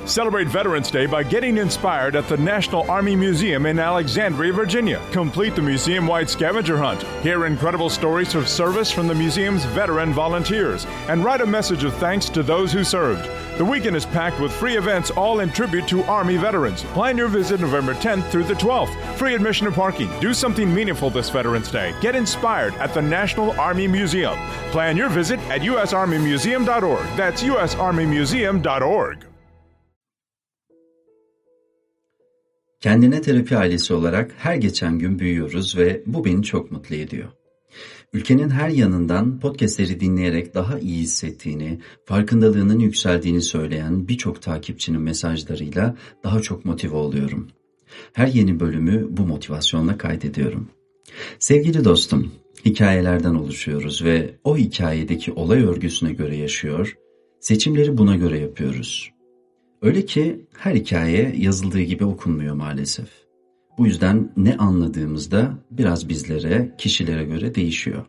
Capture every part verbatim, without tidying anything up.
Celebrate Veterans Day by getting inspired at the National Army Museum in Alexandria, Virginia. Complete the museum-wide scavenger hunt. Hear incredible stories of service from the museum's veteran volunteers and write a message of thanks to those who served. The weekend is packed with free events, all in tribute to Army veterans. Plan your visit November tenth through the twelfth. Free admission and parking. Do something meaningful this Veterans Day. Get inspired at the National Army Museum. Plan your visit at u s army museum dot org. That's u s army museum dot org. Kendine Terapi ailesi olarak her geçen gün büyüyoruz ve bu beni çok mutlu ediyor. Ülkenin her yanından podcastleri dinleyerek daha iyi hissettiğini, farkındalığının yükseldiğini söyleyen birçok takipçinin mesajlarıyla daha çok motive oluyorum. Her yeni bölümü bu motivasyonla kaydediyorum. Sevgili dostum, hikayelerden oluşuyoruz ve o hikayedeki olay örgüsüne göre yaşıyor, seçimleri buna göre yapıyoruz. Öyle ki her hikaye yazıldığı gibi okunmuyor maalesef. Bu yüzden ne anladığımızda biraz bizlere, kişilere göre değişiyor.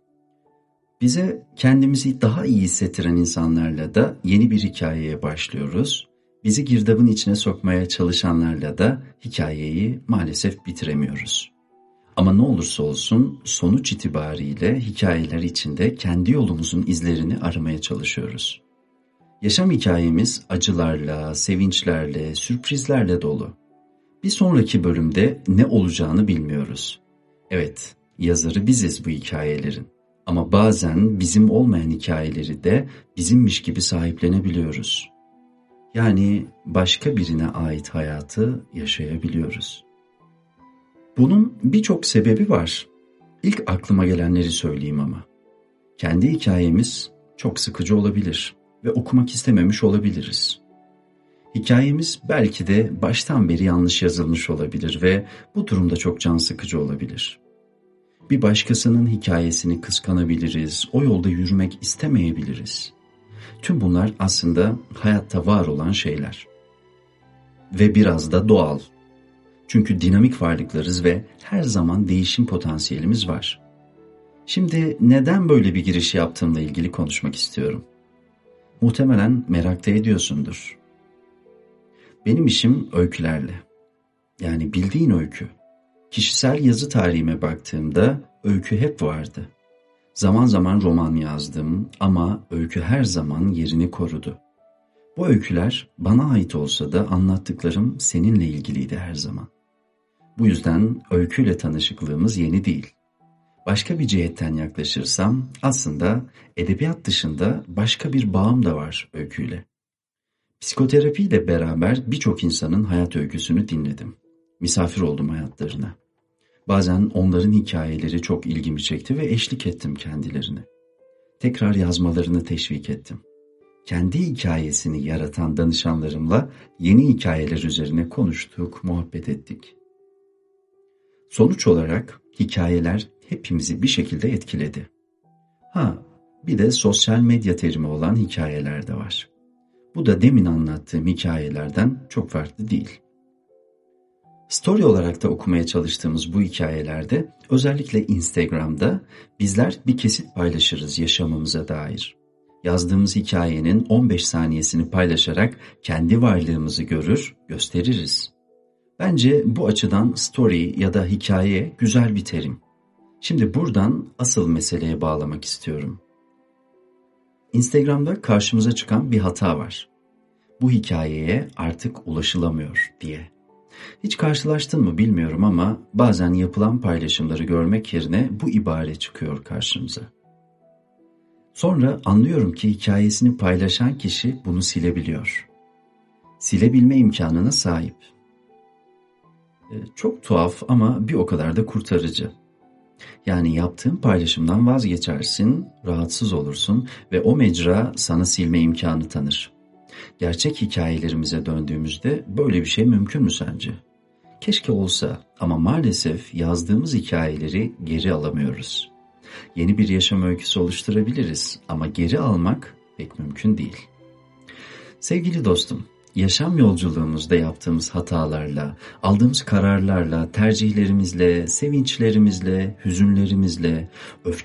Bize kendimizi daha iyi hissettiren insanlarla da yeni bir hikayeye başlıyoruz. Bizi girdabın içine sokmaya çalışanlarla da hikayeyi maalesef bitiremiyoruz. Ama ne olursa olsun sonuç itibariyle hikayeler içinde kendi yolumuzun izlerini aramaya çalışıyoruz. Yaşam hikayemiz acılarla, sevinçlerle, sürprizlerle dolu. Bir sonraki bölümde ne olacağını bilmiyoruz. Evet, yazarı biziz bu hikayelerin. Ama bazen bizim olmayan hikayeleri de bizimmiş gibi sahiplenebiliyoruz. Yani başka birine ait hayatı yaşayabiliyoruz. Bunun birçok sebebi var. İlk aklıma gelenleri söyleyeyim ama. Kendi hikayemiz çok sıkıcı olabilir ve okumak istememiş olabiliriz. Hikayemiz belki de baştan beri yanlış yazılmış olabilir ve bu durumda çok can sıkıcı olabilir. Bir başkasının hikayesini kıskanabiliriz, o yolda yürümek istemeyebiliriz. Tüm bunlar aslında hayatta var olan şeyler. Ve biraz da doğal. Çünkü dinamik varlıklarız ve her zaman değişim potansiyelimiz var. Şimdi neden böyle bir giriş yaptığımla ilgili konuşmak istiyorum. Muhtemelen merak da ediyorsundur. Benim işim öykülerle. Yani bildiğin öykü. Kişisel yazı tarihime baktığımda öykü hep vardı. Zaman zaman roman yazdım ama öykü her zaman yerini korudu. Bu öyküler bana ait olsa da anlattıklarım seninle ilgiliydi her zaman. Bu yüzden öyküyle tanışıklığımız yeni değil. Başka bir cihetten yaklaşırsam aslında edebiyat dışında başka bir bağım da var öyküyle. Psikoterapiyle beraber birçok insanın hayat öyküsünü dinledim. Misafir oldum hayatlarına. Bazen onların hikayeleri çok ilgimi çekti ve eşlik ettim kendilerine. Tekrar yazmalarını teşvik ettim. Kendi hikayesini yaratan danışanlarımla yeni hikayeler üzerine konuştuk, muhabbet ettik. Sonuç olarak hikayeler hepimizi bir şekilde etkiledi. Ha, bir de sosyal medya terimi olan hikayeler de var. Bu da demin anlattığım hikayelerden çok farklı değil. Story olarak da okumaya çalıştığımız bu hikayelerde özellikle Instagram'da bizler bir kesit paylaşırız yaşamımıza dair. Yazdığımız hikayenin on beş saniyesini paylaşarak kendi varlığımızı görür, gösteririz. Bence bu açıdan story ya da hikaye güzel bir terim. Şimdi buradan asıl meseleye bağlamak istiyorum. Instagram'da karşımıza çıkan bir hata var. Bu hikayeye artık ulaşılamıyor diye. Hiç karşılaştın mı bilmiyorum ama bazen yapılan paylaşımları görmek yerine bu ibare çıkıyor karşımıza. Sonra anlıyorum ki hikayesini paylaşan kişi bunu silebiliyor. Silebilme imkanına sahip. Çok tuhaf ama bir o kadar da kurtarıcı. Yani yaptığın paylaşımdan vazgeçersin, rahatsız olursun ve o mecra sana silme imkanı tanır. Gerçek hikayelerimize döndüğümüzde böyle bir şey mümkün mü sence? Keşke olsa ama maalesef yazdığımız hikayeleri geri alamıyoruz. Yeni bir yaşam öyküsü oluşturabiliriz ama geri almak pek mümkün değil. Sevgili dostum, yaşam yolculuğumuzda yaptığımız hatalarla, aldığımız kararlarla, tercihlerimizle, sevinçlerimizle, hüzünlerimizle,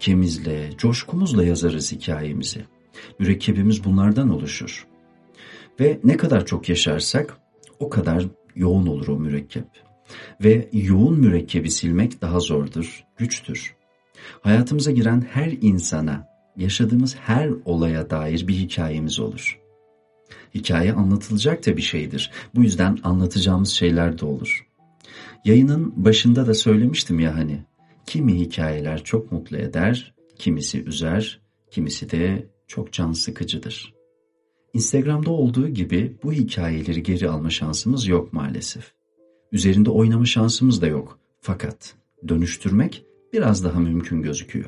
öfkemizle, coşkumuzla yazarız hikayemizi. Mürekkebimiz bunlardan oluşur. Ve ne kadar çok yaşarsak o kadar yoğun olur o mürekkep. Ve yoğun mürekkebi silmek daha zordur, güçtür. Hayatımıza giren her insana, yaşadığımız her olaya dair bir hikayemiz olur. Hikaye anlatılacak da bir şeydir. Bu yüzden anlatacağımız şeyler de olur. Yayının başında da söylemiştim ya hani, kimi hikayeler çok mutlu eder, kimisi üzer, kimisi de çok can sıkıcıdır. Instagram'da olduğu gibi bu hikayeleri geri alma şansımız yok maalesef. Üzerinde oynama şansımız da yok. Fakat dönüştürmek biraz daha mümkün gözüküyor.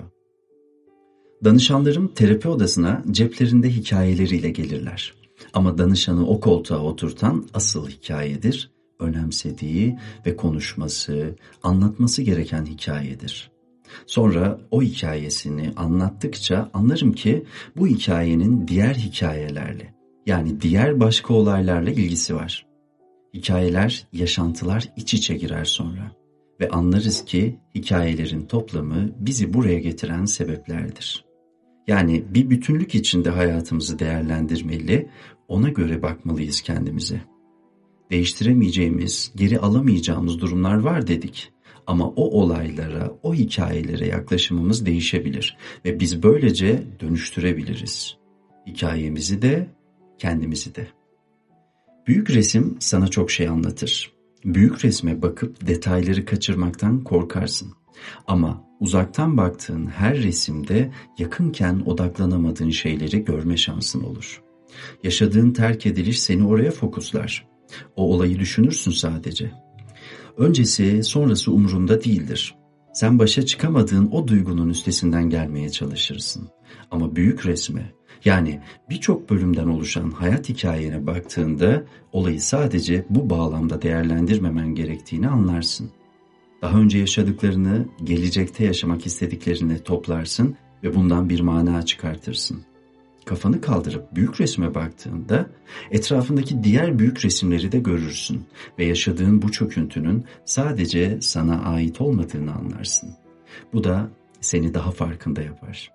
Danışanlarım terapi odasına ceplerinde hikayeleriyle gelirler. Ama danışanı o koltuğa oturtan asıl hikayedir, önemsediği ve konuşması, anlatması gereken hikayedir. Sonra o hikayesini anlattıkça anlarım ki bu hikayenin diğer hikayelerle, yani diğer başka olaylarla ilgisi var. Hikayeler, yaşantılar iç içe girer sonra ve anlarız ki hikayelerin toplamı bizi buraya getiren sebeplerdir. Yani bir bütünlük içinde hayatımızı değerlendirmeli, ona göre bakmalıyız kendimize. Değiştiremeyeceğimiz, geri alamayacağımız durumlar var dedik. Ama o olaylara, o hikayelere yaklaşımımız değişebilir ve biz böylece dönüştürebiliriz. Hikayemizi de, kendimizi de. Büyük resim sana çok şey anlatır. Büyük resme bakıp detayları kaçırmaktan korkarsın. Ama uzaktan baktığın her resimde yakınken odaklanamadığın şeyleri görme şansın olur. Yaşadığın terk ediliş seni oraya fokuslar. O olayı düşünürsün sadece. Öncesi, sonrası umurunda değildir. Sen başa çıkamadığın o duygunun üstesinden gelmeye çalışırsın. Ama büyük resme, yani birçok bölümden oluşan hayat hikayene baktığında olayı sadece bu bağlamda değerlendirmemen gerektiğini anlarsın. Daha önce yaşadıklarını, gelecekte yaşamak istediklerini toplarsın ve bundan bir mana çıkartırsın. Kafanı kaldırıp büyük resme baktığında etrafındaki diğer büyük resimleri de görürsün ve yaşadığın bu çöküntünün sadece sana ait olmadığını anlarsın. Bu da seni daha farkında yapar.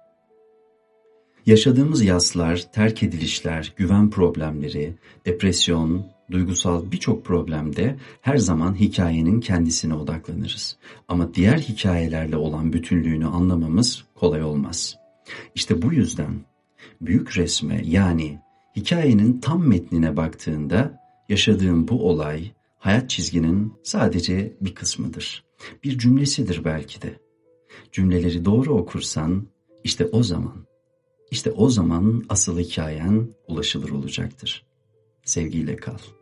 Yaşadığımız yaslar, terk edilişler, güven problemleri, depresyon, duygusal birçok problemde her zaman hikayenin kendisine odaklanırız. Ama diğer hikayelerle olan bütünlüğünü anlamamız kolay olmaz. İşte bu yüzden büyük resme, yani hikayenin tam metnine baktığında yaşadığın bu olay hayat çizginin sadece bir kısmıdır. Bir cümlesidir belki de. Cümleleri doğru okursan işte o zaman, işte o zaman asıl hikayen ulaşılır olacaktır. Sevgiyle kal.